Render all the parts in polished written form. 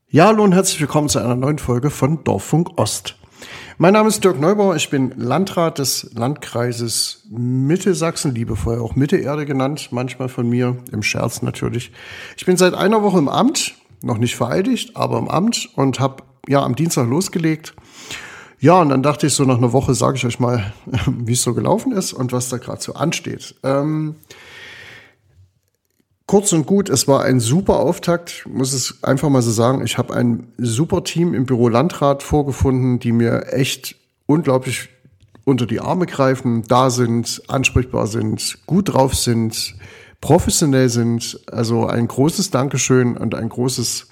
Ja, hallo und herzlich willkommen zu einer neuen Folge von Dorffunk Ost. Mein Name ist Dirk Neubauer, ich bin Landrat des Landkreises Mittelsachsen, liebevoll auch Mitte-Erde genannt, manchmal von mir, im Scherz natürlich. Ich bin seit einer Woche im Amt, noch nicht vereidigt, aber im Amt und habe am Dienstag losgelegt. Ja, und dann dachte ich so, nach einer Woche sage ich euch mal, wie es so gelaufen ist und was da gerade so ansteht. Kurz und gut, es war ein super Auftakt, muss es einfach mal so sagen. Ich habe ein super Team im Büro Landrat vorgefunden, die mir echt unglaublich unter die Arme greifen, da sind, ansprechbar sind, gut drauf sind, professionell sind. Also ein großes Dankeschön und ein großes,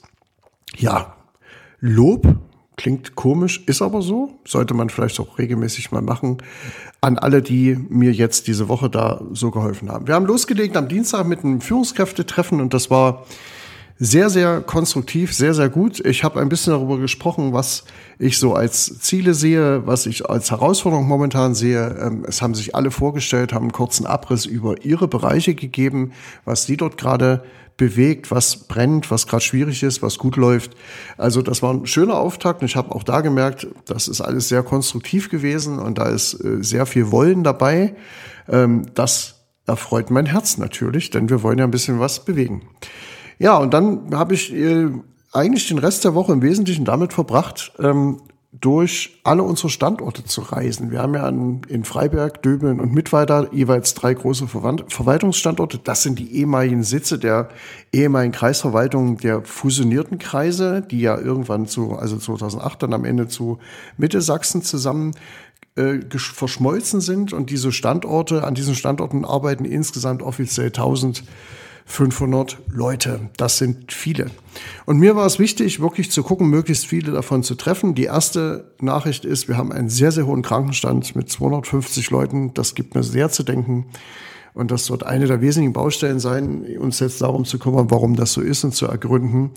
Lob. Klingt komisch, ist aber so. Sollte man vielleicht auch regelmäßig mal machen. An alle, die mir jetzt diese Woche da so geholfen haben. Wir haben losgelegt am Dienstag mit einem Führungskräftetreffen und das war sehr, sehr konstruktiv, sehr, sehr gut. Ich habe ein bisschen darüber gesprochen, was ich so als Ziele sehe, was ich als Herausforderung momentan sehe. Es haben sich alle vorgestellt, haben einen kurzen Abriss über ihre Bereiche gegeben, was sie dort gerade bewegt, was brennt, was gerade schwierig ist, was gut läuft. Also das war ein schöner Auftakt und ich habe auch da gemerkt, das ist alles sehr konstruktiv gewesen und da ist sehr viel Wollen dabei. Das erfreut mein Herz natürlich, denn wir wollen ja ein bisschen was bewegen. Ja, und dann habe ich eigentlich den Rest der Woche im Wesentlichen damit verbracht, durch alle unsere Standorte zu reisen. Wir haben ja in Freiberg, Döbeln und Mittweida jeweils 3 große Verwaltungsstandorte. Das sind die ehemaligen Sitze der ehemaligen Kreisverwaltungen der fusionierten Kreise, die ja irgendwann 2008 dann am Ende zu Mittelsachsen zusammen verschmolzen sind. Und diese Standorte, an diesen Standorten arbeiten insgesamt offiziell 1500 Leute. Das sind viele. Und mir war es wichtig, wirklich zu gucken, möglichst viele davon zu treffen. Die erste Nachricht ist, wir haben einen sehr, sehr hohen Krankenstand mit 250 Leuten. Das gibt mir sehr zu denken. Und das wird eine der wesentlichen Baustellen sein, uns jetzt darum zu kümmern, warum das so ist und zu ergründen,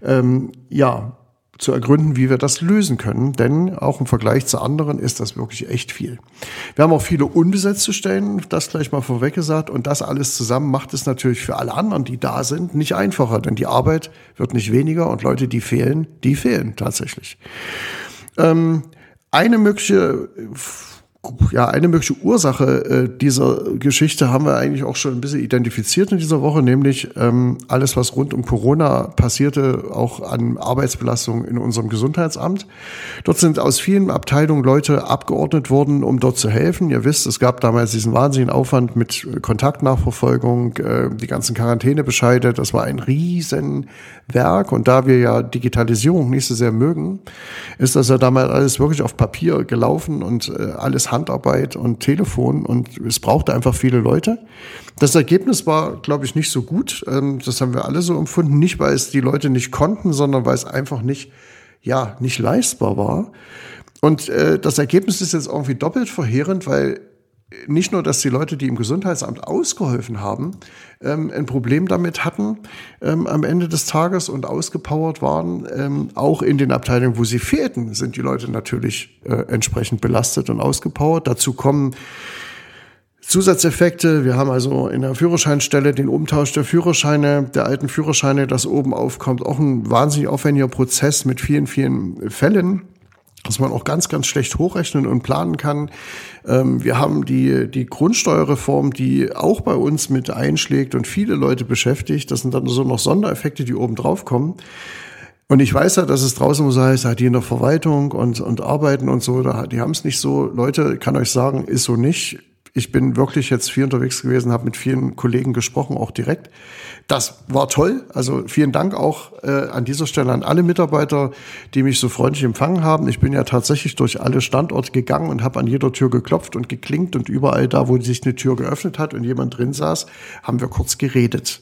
wie wir das lösen können. Denn auch im Vergleich zu anderen ist das wirklich echt viel. Wir haben auch viele unbesetzte Stellen, das gleich mal vorweg gesagt. Und das alles zusammen macht es natürlich für alle anderen, die da sind, nicht einfacher. Denn die Arbeit wird nicht weniger und Leute, die fehlen tatsächlich. Eine mögliche Ursache dieser Geschichte haben wir eigentlich auch schon ein bisschen identifiziert in dieser Woche, nämlich alles, was rund um Corona passierte, auch an Arbeitsbelastung in unserem Gesundheitsamt. Dort sind aus vielen Abteilungen Leute abgeordnet worden, um dort zu helfen. Ihr wisst, es gab damals diesen wahnsinnigen Aufwand mit Kontaktnachverfolgung, die ganzen Quarantänebescheide. Das war ein Riesenwerk. Und da wir ja Digitalisierung nicht so sehr mögen, ist das ja damals alles wirklich auf Papier gelaufen und alles Handarbeit und Telefon und es brauchte einfach viele Leute. Das Ergebnis war, glaube ich, nicht so gut. Das haben wir alle so empfunden. Nicht, weil es die Leute nicht konnten, sondern weil es einfach nicht leistbar war. Und das Ergebnis ist jetzt irgendwie doppelt verheerend, weil nicht nur, dass die Leute, die im Gesundheitsamt ausgeholfen haben, ein Problem damit hatten am Ende des Tages und ausgepowert waren, auch in den Abteilungen, wo sie fehlten, sind die Leute natürlich entsprechend belastet und ausgepowert. Dazu kommen Zusatzeffekte. Wir haben also in der Führerscheinstelle den Umtausch der Führerscheine, der alten Führerscheine, das oben aufkommt, auch ein wahnsinnig aufwendiger Prozess mit vielen, vielen Fällen, dass man auch ganz, ganz schlecht hochrechnen und planen kann. Wir haben die Grundsteuerreform, die auch bei uns mit einschlägt und viele Leute beschäftigt. Das sind dann so noch Sondereffekte, die oben drauf kommen. Und ich weiß ja, dass es draußen so heißt, die in der Verwaltung und arbeiten und so, die haben es nicht so. Leute, kann euch sagen, ist so nicht. Ich bin wirklich jetzt viel unterwegs gewesen, habe mit vielen Kollegen gesprochen, auch direkt. Das war toll. Also vielen Dank auch an dieser Stelle an alle Mitarbeiter, die mich so freundlich empfangen haben. Ich bin ja tatsächlich durch alle Standorte gegangen und habe an jeder Tür geklopft und geklinkt und überall da, wo sich eine Tür geöffnet hat und jemand drin saß, haben wir kurz geredet.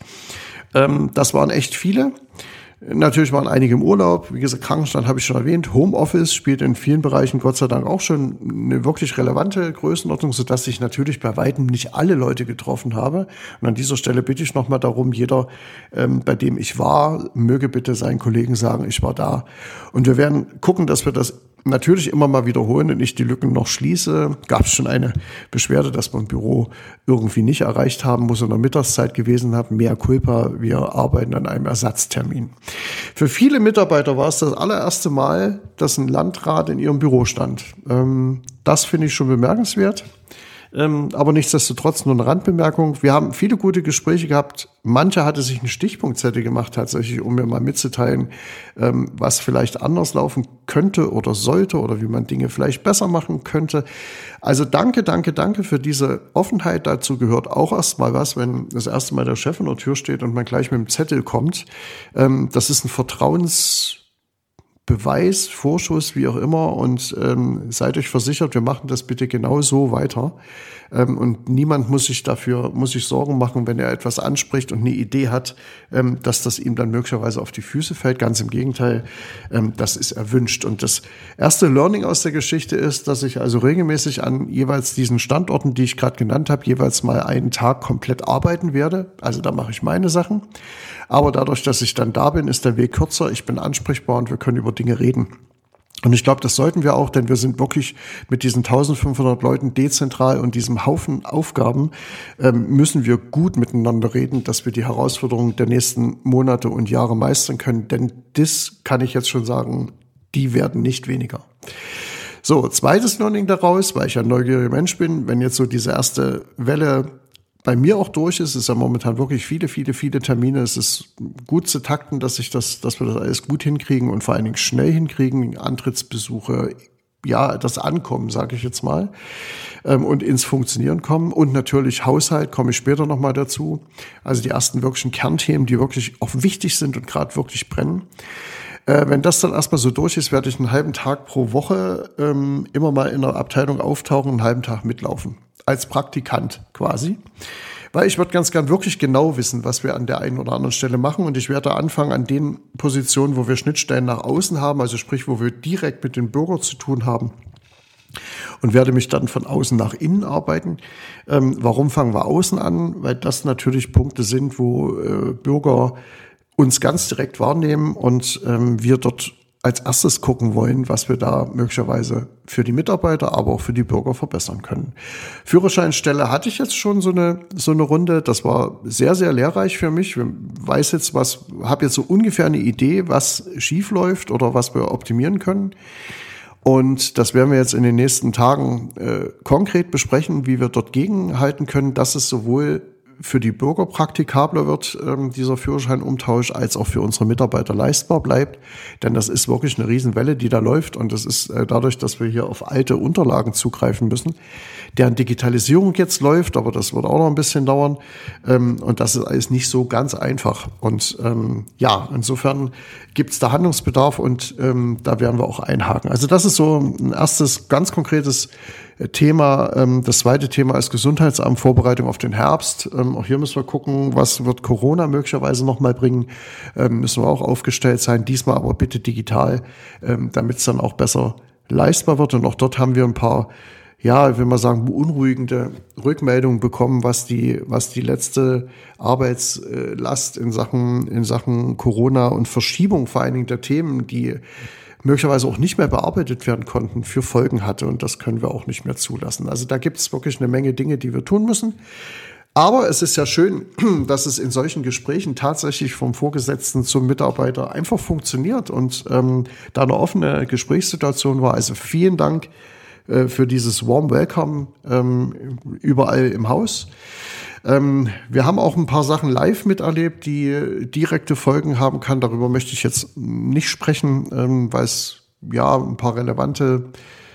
Das waren echt viele. Natürlich waren einige im Urlaub, wie gesagt, Krankenstand habe ich schon erwähnt, Homeoffice spielt in vielen Bereichen Gott sei Dank auch schon eine wirklich relevante Größenordnung, sodass ich natürlich bei weitem nicht alle Leute getroffen habe. Und an dieser Stelle bitte ich nochmal darum, jeder, bei dem ich war, möge bitte seinen Kollegen sagen, ich war da. Und wir werden gucken, dass wir das natürlich immer mal wiederholen und ich die Lücken noch schließe. Gab es schon eine Beschwerde, dass man im Büro irgendwie nicht erreicht haben muss, in der Mittagszeit gewesen hat. Mea culpa, wir arbeiten an einem Ersatztermin. Für viele Mitarbeiter war es das allererste Mal, dass ein Landrat in ihrem Büro stand. Das finde ich schon bemerkenswert. Aber nichtsdestotrotz nur eine Randbemerkung. Wir haben viele gute Gespräche gehabt. Mancher hatte sich einen Stichpunktzettel gemacht, tatsächlich, um mir mal mitzuteilen, was vielleicht anders laufen könnte oder sollte oder wie man Dinge vielleicht besser machen könnte. Also danke für diese Offenheit. Dazu gehört auch erstmal was, wenn das erste Mal der Chef in der Tür steht und man gleich mit dem Zettel kommt. Das ist ein Vertrauensbeweis, Vorschuss, wie auch immer, und seid euch versichert, wir machen das bitte genau so weiter. Und niemand muss sich Sorgen machen, wenn er etwas anspricht und eine Idee hat, dass das ihm dann möglicherweise auf die Füße fällt. Ganz im Gegenteil, das ist erwünscht. Und das erste Learning aus der Geschichte ist, dass ich also regelmäßig an jeweils diesen Standorten, die ich gerade genannt habe, jeweils mal einen Tag komplett arbeiten werde. Also da mache ich meine Sachen. Aber dadurch, dass ich dann da bin, ist der Weg kürzer. Ich bin ansprechbar und wir können über Dinge reden. Und ich glaube, das sollten wir auch, denn wir sind wirklich mit diesen 1500 Leuten dezentral und diesem Haufen Aufgaben müssen wir gut miteinander reden, dass wir die Herausforderungen der nächsten Monate und Jahre meistern können. Denn das kann ich jetzt schon sagen, die werden nicht weniger. So, zweites Learning daraus, weil ich ja ein neugieriger Mensch bin, wenn jetzt so diese erste Welle bei mir auch durch ist ja momentan wirklich viele Termine. Es ist gut zu takten, dass wir das alles gut hinkriegen und vor allen Dingen schnell hinkriegen. Antrittsbesuche, ja, das Ankommen, sage ich jetzt mal, und ins Funktionieren kommen. Und natürlich Haushalt, komme ich später nochmal dazu. Also die ersten wirklichen Kernthemen, die wirklich auch wichtig sind und gerade wirklich brennen. Wenn das dann erstmal so durch ist, werde ich einen halben Tag pro Woche immer mal in der Abteilung auftauchen, einen halben Tag mitlaufen. Als Praktikant quasi. Weil ich würde ganz gern wirklich genau wissen, was wir an der einen oder anderen Stelle machen. Und ich werde anfangen an den Positionen, wo wir Schnittstellen nach außen haben, also sprich, wo wir direkt mit den Bürgern zu tun haben. Und werde mich dann von außen nach innen arbeiten. Warum fangen wir außen an? Weil das natürlich Punkte sind, wo Bürger uns ganz direkt wahrnehmen und wir dort als erstes gucken wollen, was wir da möglicherweise für die Mitarbeiter, aber auch für die Bürger verbessern können. Führerscheinstelle hatte ich jetzt schon so eine Runde. Das war sehr, sehr lehrreich für mich. Ich weiß jetzt habe jetzt so ungefähr eine Idee, was schief läuft oder was wir optimieren können. Und das werden wir jetzt in den nächsten Tagen konkret besprechen, wie wir dort gegenhalten können, dass es sowohl für die Bürger praktikabler wird, dieser Führerscheinumtausch, als auch für unsere Mitarbeiter leistbar bleibt. Denn das ist wirklich eine Riesenwelle, die da läuft. Und das ist dadurch, dass wir hier auf alte Unterlagen zugreifen müssen, deren Digitalisierung jetzt läuft, aber das wird auch noch ein bisschen dauern. Und das ist alles nicht so ganz einfach. Und ja, insofern gibt es da Handlungsbedarf und da werden wir auch einhaken. Also das ist so ein erstes ganz konkretes Thema. Das zweite Thema ist Gesundheitsamt, Vorbereitung auf den Herbst. Auch hier müssen wir gucken, was wird Corona möglicherweise nochmal bringen. Müssen wir auch aufgestellt sein, diesmal aber bitte digital, damit es dann auch besser leistbar wird. Und auch dort haben wir ein paar, ja, ich will mal sagen, beunruhigende Rückmeldungen bekommen, was die letzte Arbeitslast in Sachen Corona und Verschiebung vor allen Dingen der Themen, die möglicherweise auch nicht mehr bearbeitet werden konnten, für Folgen hatte. Und das können wir auch nicht mehr zulassen. Also da gibt es wirklich eine Menge Dinge, die wir tun müssen. Aber es ist ja schön, dass es in solchen Gesprächen tatsächlich vom Vorgesetzten zum Mitarbeiter einfach funktioniert und da eine offene Gesprächssituation war. Also vielen Dank für dieses Warm Welcome überall im Haus. Wir haben auch ein paar Sachen live miterlebt, die direkte Folgen haben kann. Darüber möchte ich jetzt nicht sprechen, weil es ja ein paar relevante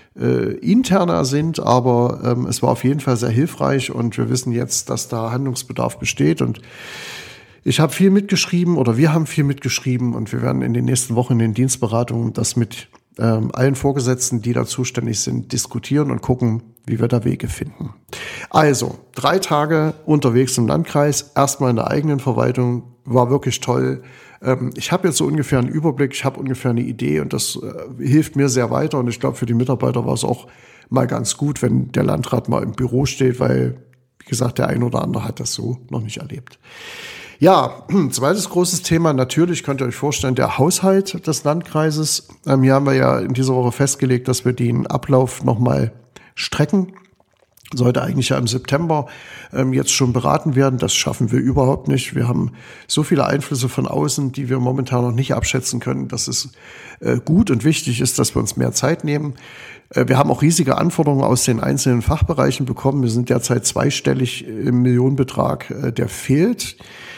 interner sind, aber es war auf jeden Fall sehr hilfreich und wir wissen jetzt, dass da Handlungsbedarf besteht und ich habe viel mitgeschrieben oder wir haben viel mitgeschrieben und wir werden in den nächsten Wochen in den Dienstberatungen das mit allen Vorgesetzten, die da zuständig sind, diskutieren und gucken, wie wir da Wege finden. Also, 3 Tage unterwegs im Landkreis, erstmal in der eigenen Verwaltung, war wirklich toll. Ich habe jetzt so ungefähr einen Überblick, ich habe ungefähr eine Idee und das hilft mir sehr weiter und ich glaube, für die Mitarbeiter war es auch mal ganz gut, wenn der Landrat mal im Büro steht, weil, wie gesagt, der ein oder andere hat das so noch nicht erlebt. Ja, zweites großes Thema, natürlich könnt ihr euch vorstellen, der Haushalt des Landkreises. Hier haben wir ja in dieser Woche festgelegt, dass wir den Ablauf nochmal strecken. Sollte eigentlich ja im September jetzt schon beraten werden. Das schaffen wir überhaupt nicht. Wir haben so viele Einflüsse von außen, die wir momentan noch nicht abschätzen können, dass es gut und wichtig ist, dass wir uns mehr Zeit nehmen. Wir haben auch riesige Anforderungen aus den einzelnen Fachbereichen bekommen. Wir sind derzeit zweistellig im Millionenbetrag, der fehlt.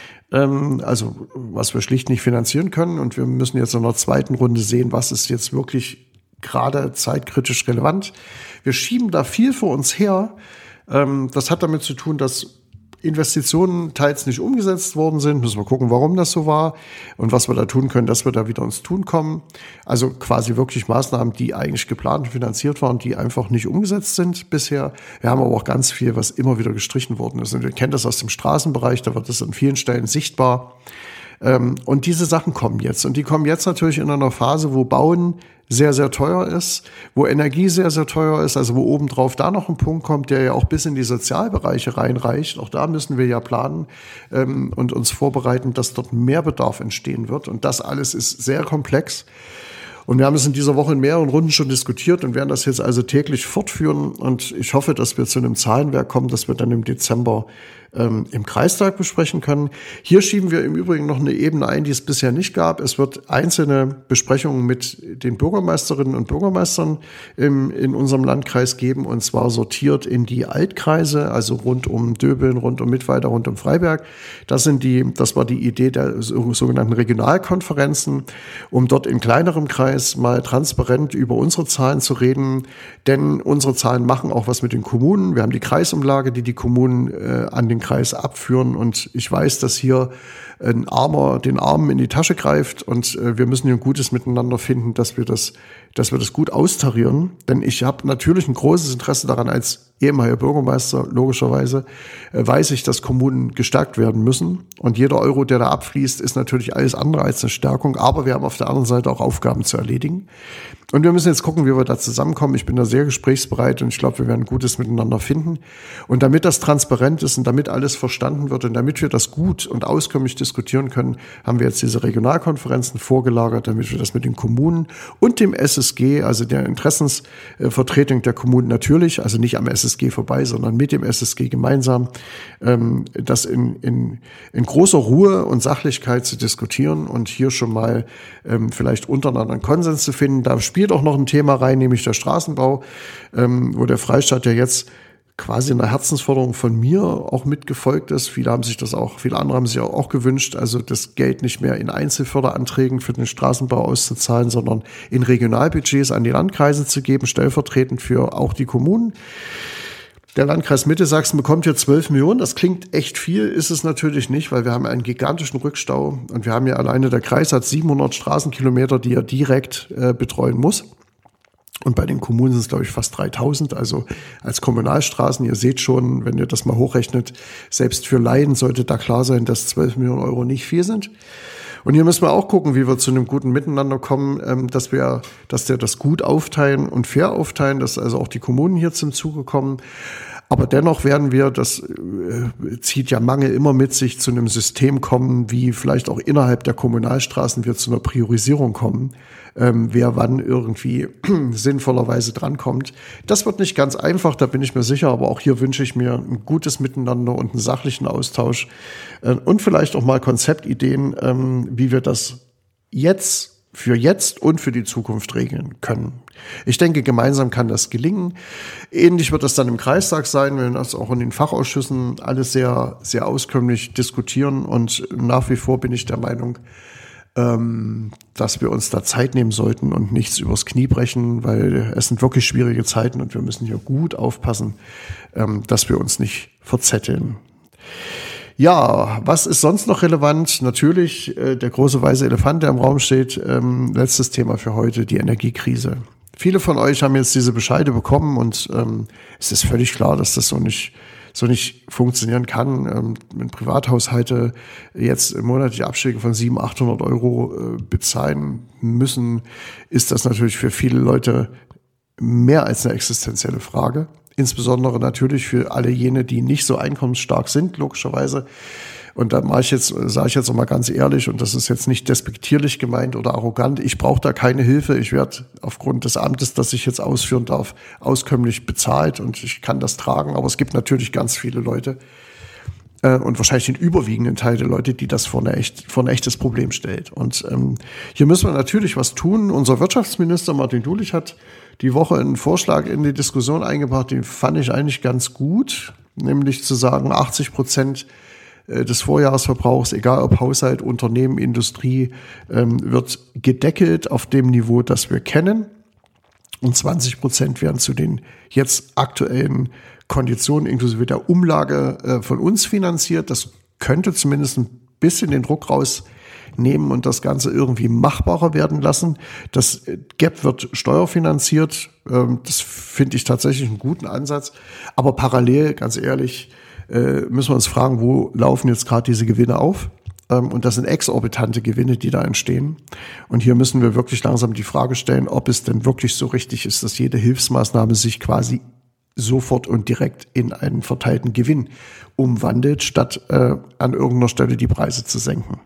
Also was wir schlicht nicht finanzieren können. Und wir müssen jetzt in der zweiten Runde sehen, was ist jetzt wirklich gerade zeitkritisch relevant. Wir schieben da viel vor uns her. Das hat damit zu tun, dass Investitionen teils nicht umgesetzt worden sind. Müssen wir gucken, warum das so war und was wir da tun können, dass wir da wieder ins Tun kommen. Also quasi wirklich Maßnahmen, die eigentlich geplant und finanziert waren, die einfach nicht umgesetzt sind bisher. Wir haben aber auch ganz viel, was immer wieder gestrichen worden ist. Und wir kennen das aus dem Straßenbereich, da wird das an vielen Stellen sichtbar. Und diese Sachen kommen jetzt. Und die kommen jetzt natürlich in einer Phase, wo Bauen sehr, sehr teuer ist, wo Energie sehr, sehr teuer ist, also wo obendrauf da noch ein Punkt kommt, der ja auch bis in die Sozialbereiche reinreicht. Auch da müssen wir ja planen und uns vorbereiten, dass dort mehr Bedarf entstehen wird. Und das alles ist sehr komplex. Und wir haben es in dieser Woche in mehreren Runden schon diskutiert und werden das jetzt also täglich fortführen. Und ich hoffe, dass wir zu einem Zahlenwerk kommen, das wir dann im Dezember im Kreistag besprechen können. Hier schieben wir im Übrigen noch eine Ebene ein, die es bisher nicht gab. Es wird einzelne Besprechungen mit den Bürgermeisterinnen und Bürgermeistern in unserem Landkreis geben, und zwar sortiert in die Altkreise, also rund um Döbeln, rund um Mittweida, rund um Freiberg. Das war die Idee der sogenannten Regionalkonferenzen, um dort in kleinerem Kreis mal transparent über unsere Zahlen zu reden. Denn unsere Zahlen machen auch was mit den Kommunen. Wir haben die Kreisumlage, die Kommunen an den Kreis abführen, und ich weiß, dass hier ein Armer den Armen in die Tasche greift, und wir müssen hier ein gutes Miteinander finden, dass wir das gut austarieren. Denn ich habe natürlich ein großes Interesse daran, als ehemaliger Bürgermeister, logischerweise, weiß ich, dass Kommunen gestärkt werden müssen. Und jeder Euro, der da abfließt, ist natürlich alles andere als eine Stärkung. Aber wir haben auf der anderen Seite auch Aufgaben zu erledigen. Und wir müssen jetzt gucken, wie wir da zusammenkommen. Ich bin da sehr gesprächsbereit und ich glaube, wir werden ein gutes Miteinander finden. Und damit das transparent ist und damit alles verstanden wird und damit wir das gut und auskömmlich diskutieren können, haben wir jetzt diese Regionalkonferenzen vorgelagert, damit wir das mit den Kommunen und dem SSG, also der Interessensvertretung der Kommunen natürlich, also nicht am SSG vorbei, sondern mit dem SSG gemeinsam, das in großer Ruhe und Sachlichkeit zu diskutieren und hier schon mal vielleicht untereinander einen Konsens zu finden. Da spielt auch noch ein Thema rein, nämlich der Straßenbau, wo der Freistaat ja jetzt quasi eine Herzensforderung von mir auch mitgefolgt ist. Viele andere haben sich auch gewünscht, also das Geld nicht mehr in Einzelförderanträgen für den Straßenbau auszuzahlen, sondern in Regionalbudgets an die Landkreise zu geben, stellvertretend für auch die Kommunen. Der Landkreis Mitte Sachsen bekommt hier 12 Millionen. Das klingt echt viel, ist es natürlich nicht, weil wir haben einen gigantischen Rückstau und wir haben ja alleine, der Kreis hat 700 Straßenkilometer, die er direkt betreuen muss. Und bei den Kommunen sind es, glaube ich, fast 3000, also als Kommunalstraßen. Ihr seht schon, wenn ihr das mal hochrechnet, selbst für Laien sollte da klar sein, dass 12 Millionen Euro nicht viel sind. Und hier müssen wir auch gucken, wie wir zu einem guten Miteinander kommen, dass wir das gut aufteilen und fair aufteilen, dass also auch die Kommunen hier zum Zuge kommen. Aber dennoch werden wir, das zieht ja Mangel immer mit sich, zu einem System kommen, wie vielleicht auch innerhalb der Kommunalstraßen wir zu einer Priorisierung kommen, wer wann irgendwie sinnvollerweise drankommt. Das wird nicht ganz einfach, da bin ich mir sicher, aber auch hier wünsche ich mir ein gutes Miteinander und einen sachlichen Austausch und vielleicht auch mal Konzeptideen, wie wir das für jetzt und für die Zukunft regeln können. Ich denke, gemeinsam kann das gelingen. Ähnlich wird das dann im Kreistag sein, wenn wir das auch in den Fachausschüssen alles sehr, sehr auskömmlich diskutieren. Und nach wie vor bin ich der Meinung, dass wir uns da Zeit nehmen sollten und nichts übers Knie brechen, weil es sind wirklich schwierige Zeiten und wir müssen hier gut aufpassen, dass wir uns nicht verzetteln. Ja, was ist sonst noch relevant? Natürlich der große weiße Elefant, der im Raum steht. Letztes Thema für heute, die Energiekrise. Viele von euch haben jetzt diese Bescheide bekommen und es ist völlig klar, dass das so nicht funktionieren kann. Wenn Privathaushalte jetzt monatliche Abschläge von 700-800 Euro bezahlen müssen, ist das natürlich für viele Leute mehr als eine existenzielle Frage. Insbesondere natürlich für alle jene, die nicht so einkommensstark sind, logischerweise. Und da sage ich jetzt auch mal ganz ehrlich, und das ist jetzt nicht despektierlich gemeint oder arrogant, ich brauche da keine Hilfe. Ich werde aufgrund des Amtes, das ich jetzt ausführen darf, auskömmlich bezahlt und ich kann das tragen. Aber es gibt natürlich ganz viele Leute und wahrscheinlich den überwiegenden Teil der Leute, die das vor ein echtes Problem stellt. Und hier müssen wir natürlich was tun. Unser Wirtschaftsminister Martin Dulich hat die Woche einen Vorschlag in die Diskussion eingebracht, den fand ich eigentlich ganz gut, nämlich zu sagen, 80% des Vorjahresverbrauchs, egal ob Haushalt, Unternehmen, Industrie, wird gedeckelt auf dem Niveau, das wir kennen. Und 20% werden zu den jetzt aktuellen Konditionen inklusive der Umlage von uns finanziert. Das könnte zumindest ein bisschen den Druck rausnehmen und das Ganze irgendwie machbarer werden lassen. Das Gap wird steuerfinanziert. Das finde ich tatsächlich einen guten Ansatz. Aber parallel, ganz ehrlich, müssen wir uns fragen, wo laufen jetzt gerade diese Gewinne auf? Und das sind exorbitante Gewinne, die da entstehen. Und hier müssen wir wirklich langsam die Frage stellen, ob es denn wirklich so richtig ist, dass jede Hilfsmaßnahme sich quasi sofort und direkt in einen verteilten Gewinn umwandelt, statt an irgendeiner Stelle die Preise zu senken.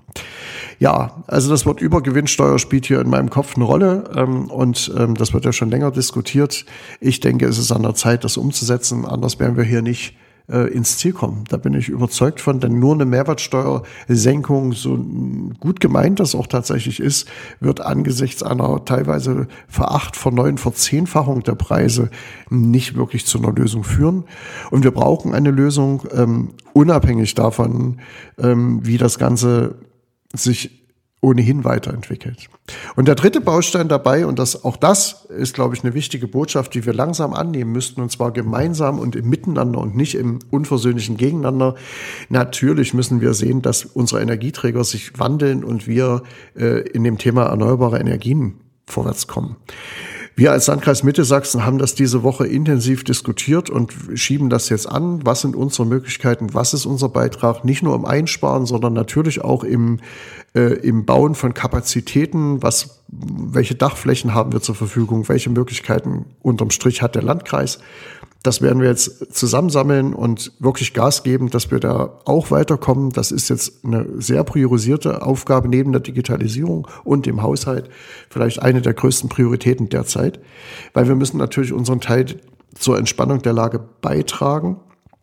Ja, also das Wort Übergewinnsteuer spielt hier in meinem Kopf eine Rolle und das wird ja schon länger diskutiert. Ich denke, es ist an der Zeit, das umzusetzen, anders werden wir hier nicht ins Ziel kommen. Da bin ich überzeugt von, denn nur eine Mehrwertsteuersenkung, so gut gemeint das auch tatsächlich ist, wird angesichts einer teilweise Verzehnfachung der Preise nicht wirklich zu einer Lösung führen. Und wir brauchen eine Lösung, unabhängig davon, wie das Ganze sich ohnehin weiterentwickelt. Und der dritte Baustein dabei, und auch das ist, glaube ich, eine wichtige Botschaft, die wir langsam annehmen müssten, und zwar gemeinsam und im Miteinander und nicht im unversöhnlichen Gegeneinander. Natürlich müssen wir sehen, dass unsere Energieträger sich wandeln und wir in dem Thema erneuerbare Energien vorwärts kommen. Wir als Landkreis Mitte Sachsen haben das diese Woche intensiv diskutiert und schieben das jetzt an. Was sind unsere Möglichkeiten? Was ist unser Beitrag? Nicht nur im Einsparen, sondern natürlich auch im Bauen von Kapazitäten. Welche Dachflächen haben wir zur Verfügung? Welche Möglichkeiten unterm Strich hat der Landkreis? Das werden wir jetzt zusammensammeln und wirklich Gas geben, dass wir da auch weiterkommen. Das ist jetzt eine sehr priorisierte Aufgabe neben der Digitalisierung und dem Haushalt. Vielleicht eine der größten Prioritäten derzeit, weil wir müssen natürlich unseren Teil zur Entspannung der Lage beitragen.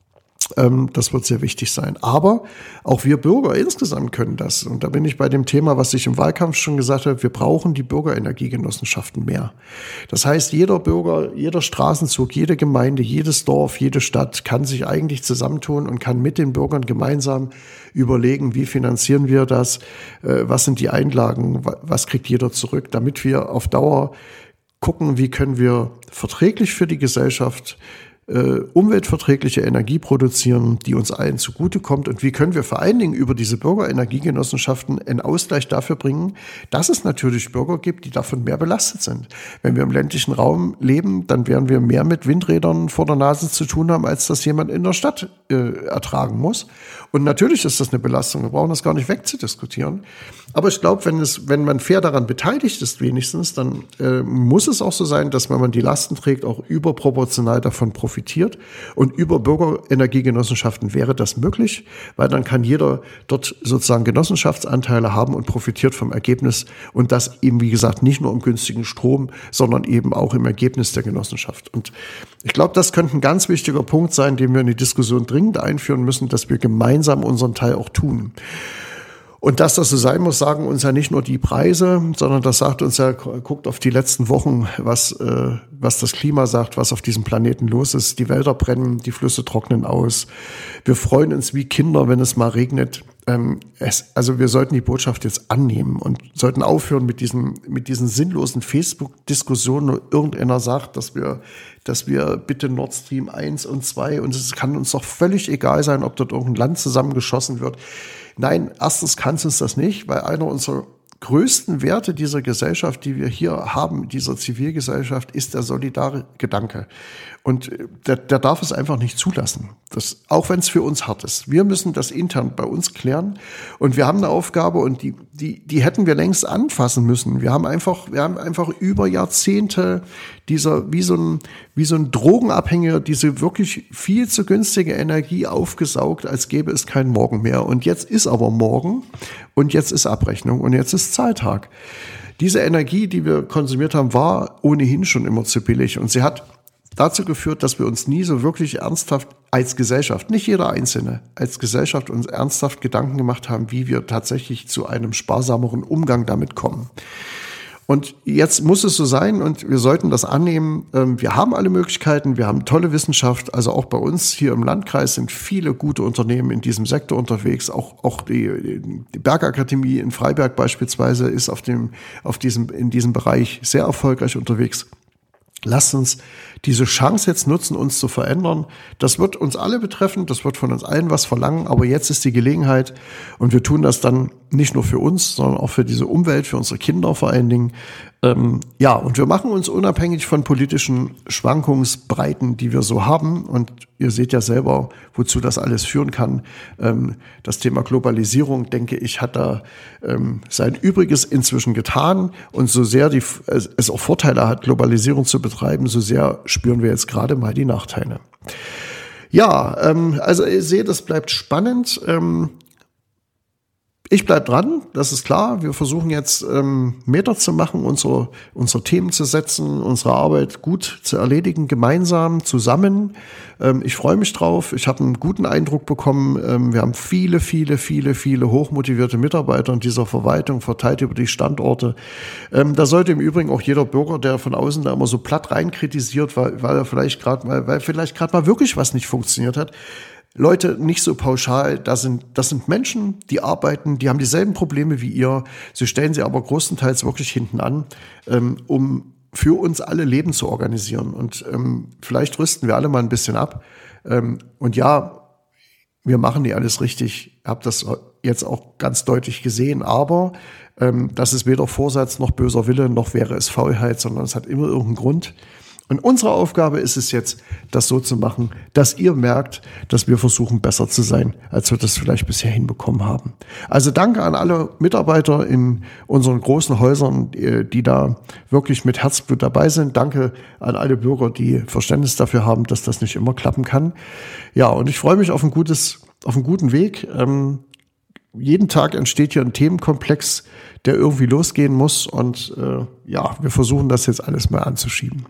Das wird sehr wichtig sein. Aber auch wir Bürger insgesamt können das. Und da bin ich bei dem Thema, was ich im Wahlkampf schon gesagt habe, wir brauchen die Bürgerenergiegenossenschaften mehr. Das heißt, jeder Bürger, jeder Straßenzug, jede Gemeinde, jedes Dorf, jede Stadt kann sich eigentlich zusammentun und kann mit den Bürgern gemeinsam überlegen, wie finanzieren wir das, was sind die Einlagen, was kriegt jeder zurück, damit wir auf Dauer gucken, wie können wir verträglich für die Gesellschaft umweltverträgliche Energie produzieren, die uns allen zugutekommt, und wie können wir vor allen Dingen über diese Bürgerenergiegenossenschaften einen Ausgleich dafür bringen, dass es natürlich Bürger gibt, die davon mehr belastet sind. Wenn wir im ländlichen Raum leben, dann werden wir mehr mit Windrädern vor der Nase zu tun haben, als das jemand in der Stadt ertragen muss. Und natürlich ist das eine Belastung, wir brauchen das gar nicht wegzudiskutieren. Aber ich glaube, wenn man fair daran beteiligt ist wenigstens, dann muss es auch so sein, dass wenn man die Lasten trägt, auch überproportional davon profitiert. Und über Bürgerenergiegenossenschaften wäre das möglich, weil dann kann jeder dort sozusagen Genossenschaftsanteile haben und profitiert vom Ergebnis. Und das eben, wie gesagt, nicht nur im günstigen Strom, sondern eben auch im Ergebnis der Genossenschaft. Und ich glaube, das könnte ein ganz wichtiger Punkt sein, den wir in die Diskussion dringend einführen müssen, dass wir gemeinsam unseren Teil auch tun. Und dass das so sein muss, sagen uns ja nicht nur die Preise, sondern das sagt uns ja, guckt auf die letzten Wochen, was das Klima sagt, was auf diesem Planeten los ist. Die Wälder brennen, die Flüsse trocknen aus. Wir freuen uns wie Kinder, wenn es mal regnet. Also wir sollten die Botschaft jetzt annehmen und sollten aufhören mit diesen sinnlosen Facebook-Diskussionen, wo irgendeiner sagt, dass wir bitte Nord Stream 1 und 2, und es kann uns doch völlig egal sein, ob dort irgendein Land zusammengeschossen wird. Nein, erstens kann es uns das nicht, weil einer unserer größten Werte dieser Gesellschaft, die wir hier haben, dieser Zivilgesellschaft, ist der solidare Gedanke. Und der darf es einfach nicht zulassen. Auch wenn es für uns hart ist. Wir müssen das intern bei uns klären. Und wir haben eine Aufgabe, und die hätten wir längst anfassen müssen. Wir haben einfach über Jahrzehnte wie so wie so ein Drogenabhängiger diese wirklich viel zu günstige Energie aufgesaugt, als gäbe es keinen Morgen mehr. Und jetzt ist aber Morgen und jetzt ist Abrechnung und jetzt ist Zahltag. Diese Energie, die wir konsumiert haben, war ohnehin schon immer zu billig und sie hat dazu geführt, dass wir uns nie so wirklich ernsthaft als Gesellschaft, nicht jeder Einzelne, als Gesellschaft uns ernsthaft Gedanken gemacht haben, wie wir tatsächlich zu einem sparsameren Umgang damit kommen. Und jetzt muss es so sein und wir sollten das annehmen. Wir haben alle Möglichkeiten, wir haben tolle Wissenschaft. Also auch bei uns hier im Landkreis sind viele gute Unternehmen in diesem Sektor unterwegs. Auch die Bergakademie in Freiberg beispielsweise ist in diesem Bereich sehr erfolgreich unterwegs. Lasst uns diese Chance jetzt nutzen, uns zu verändern. Das wird uns alle betreffen, das wird von uns allen was verlangen, aber jetzt ist die Gelegenheit und wir tun das dann nicht nur für uns, sondern auch für diese Umwelt, für unsere Kinder vor allen Dingen. Und wir machen uns unabhängig von politischen Schwankungsbreiten, die wir so haben. Und ihr seht ja selber, wozu das alles führen kann. Das Thema Globalisierung, denke ich, hat da sein Übriges inzwischen getan. Und so sehr es auch Vorteile hat, Globalisierung zu betreiben, so sehr spüren wir jetzt gerade mal die Nachteile. Also ihr seht, es bleibt spannend. Ich bleib dran, das ist klar. Wir versuchen jetzt Meter zu machen, unsere Themen zu setzen, unsere Arbeit gut zu erledigen, gemeinsam, zusammen. Ich freue mich drauf. Ich habe einen guten Eindruck bekommen. Wir haben viele hochmotivierte Mitarbeiter in dieser Verwaltung verteilt über die Standorte. Da sollte im Übrigen auch jeder Bürger, der von außen da immer so platt rein kritisiert, weil vielleicht gerade mal wirklich was nicht funktioniert hat, Leute, nicht so pauschal, das sind Menschen, die arbeiten, die haben dieselben Probleme wie ihr, sie stellen sie aber größtenteils wirklich hinten an, um für uns alle Leben zu organisieren. Und vielleicht rüsten wir alle mal ein bisschen ab. Und ja, wir machen nicht alles richtig, ich habe das jetzt auch ganz deutlich gesehen, aber das ist weder Vorsatz noch böser Wille, noch wäre es Faulheit, sondern es hat immer irgendeinen Grund. Und unsere Aufgabe ist es jetzt, das so zu machen, dass ihr merkt, dass wir versuchen, besser zu sein, als wir das vielleicht bisher hinbekommen haben. Also danke an alle Mitarbeiter in unseren großen Häusern, die da wirklich mit Herzblut dabei sind. Danke an alle Bürger, die Verständnis dafür haben, dass das nicht immer klappen kann. Ja, und ich freue mich auf einen guten Weg. Jeden Tag entsteht hier ein Themenkomplex, der irgendwie losgehen muss. Und wir versuchen das jetzt alles mal anzuschieben.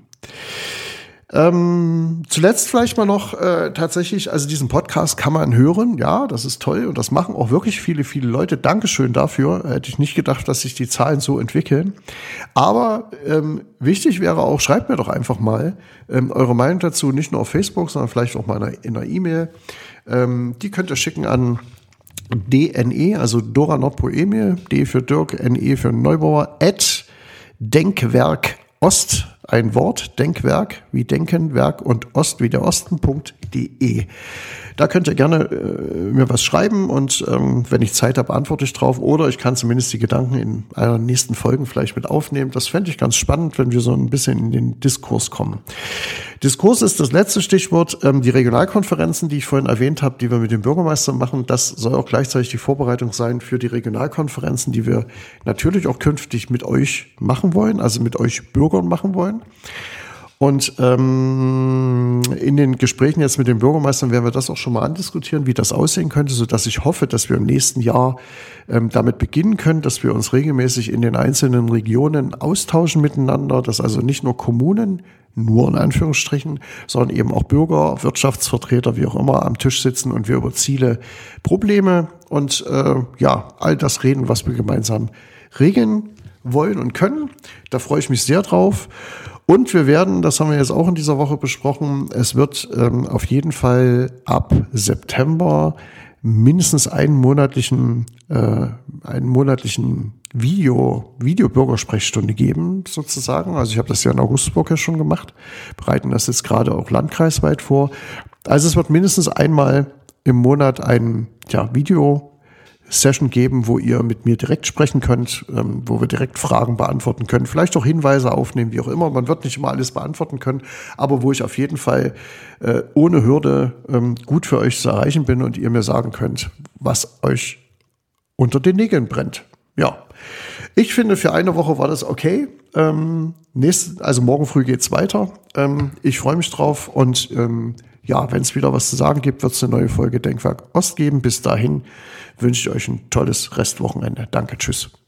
Zuletzt vielleicht mal noch tatsächlich, also diesen Podcast kann man hören, ja, das ist toll und das machen auch wirklich viele Leute. Dankeschön dafür, hätte ich nicht gedacht, dass sich die Zahlen so entwickeln. Aber wichtig wäre auch, schreibt mir doch einfach mal eure Meinung dazu, nicht nur auf Facebook, sondern vielleicht auch mal in einer E-Mail. Die könnt ihr schicken an DNE, also Dora Nordpol-Emil, D für Dirk, NE für Neubauer, @Denkwerk Ost, ein Wort, Denkwerk, wie Denken, Werk und Ost, wie der Osten.de. Da könnt ihr gerne mir was schreiben und wenn ich Zeit habe, antworte ich drauf oder ich kann zumindest die Gedanken in einer der nächsten Folgen vielleicht mit aufnehmen. Das fände ich ganz spannend, wenn wir so ein bisschen in den Diskurs kommen. Diskurs ist das letzte Stichwort. Die Regionalkonferenzen, die ich vorhin erwähnt habe, die wir mit dem Bürgermeister machen, das soll auch gleichzeitig die Vorbereitung sein für die Regionalkonferenzen, die wir natürlich auch künftig mit euch machen wollen, also mit euch Bürgern machen wollen. Und in den Gesprächen jetzt mit den Bürgermeistern werden wir das auch schon mal andiskutieren, wie das aussehen könnte, sodass ich hoffe, dass wir im nächsten Jahr damit beginnen können, dass wir uns regelmäßig in den einzelnen Regionen austauschen miteinander, dass also nicht nur Kommunen, nur in Anführungsstrichen, sondern eben auch Bürger, Wirtschaftsvertreter, wie auch immer, am Tisch sitzen und wir über Ziele, Probleme und all das reden, was wir gemeinsam regeln wollen und können. Da freue ich mich sehr drauf. Und wir werden, das haben wir jetzt auch in dieser Woche besprochen, es wird auf jeden Fall ab September mindestens einen monatlichen Videobürgersprechstunde geben, sozusagen. Also ich habe das ja in Augustburg ja schon gemacht, bereiten das jetzt gerade auch landkreisweit vor. Also es wird mindestens einmal im Monat ein Video-Session geben, wo ihr mit mir direkt sprechen könnt, wo wir direkt Fragen beantworten können, vielleicht auch Hinweise aufnehmen, wie auch immer. Man wird nicht immer alles beantworten können, aber wo ich auf jeden Fall ohne Hürde gut für euch zu erreichen bin und ihr mir sagen könnt, was euch unter den Nägeln brennt. Ja, Ich finde, für eine Woche war das okay. Also morgen früh geht's weiter. Ich freue mich drauf und ja, wenn es wieder was zu sagen gibt, wird es eine neue Folge Denkwerk Ost geben. Bis dahin wünsche ich euch ein tolles Restwochenende. Danke, tschüss.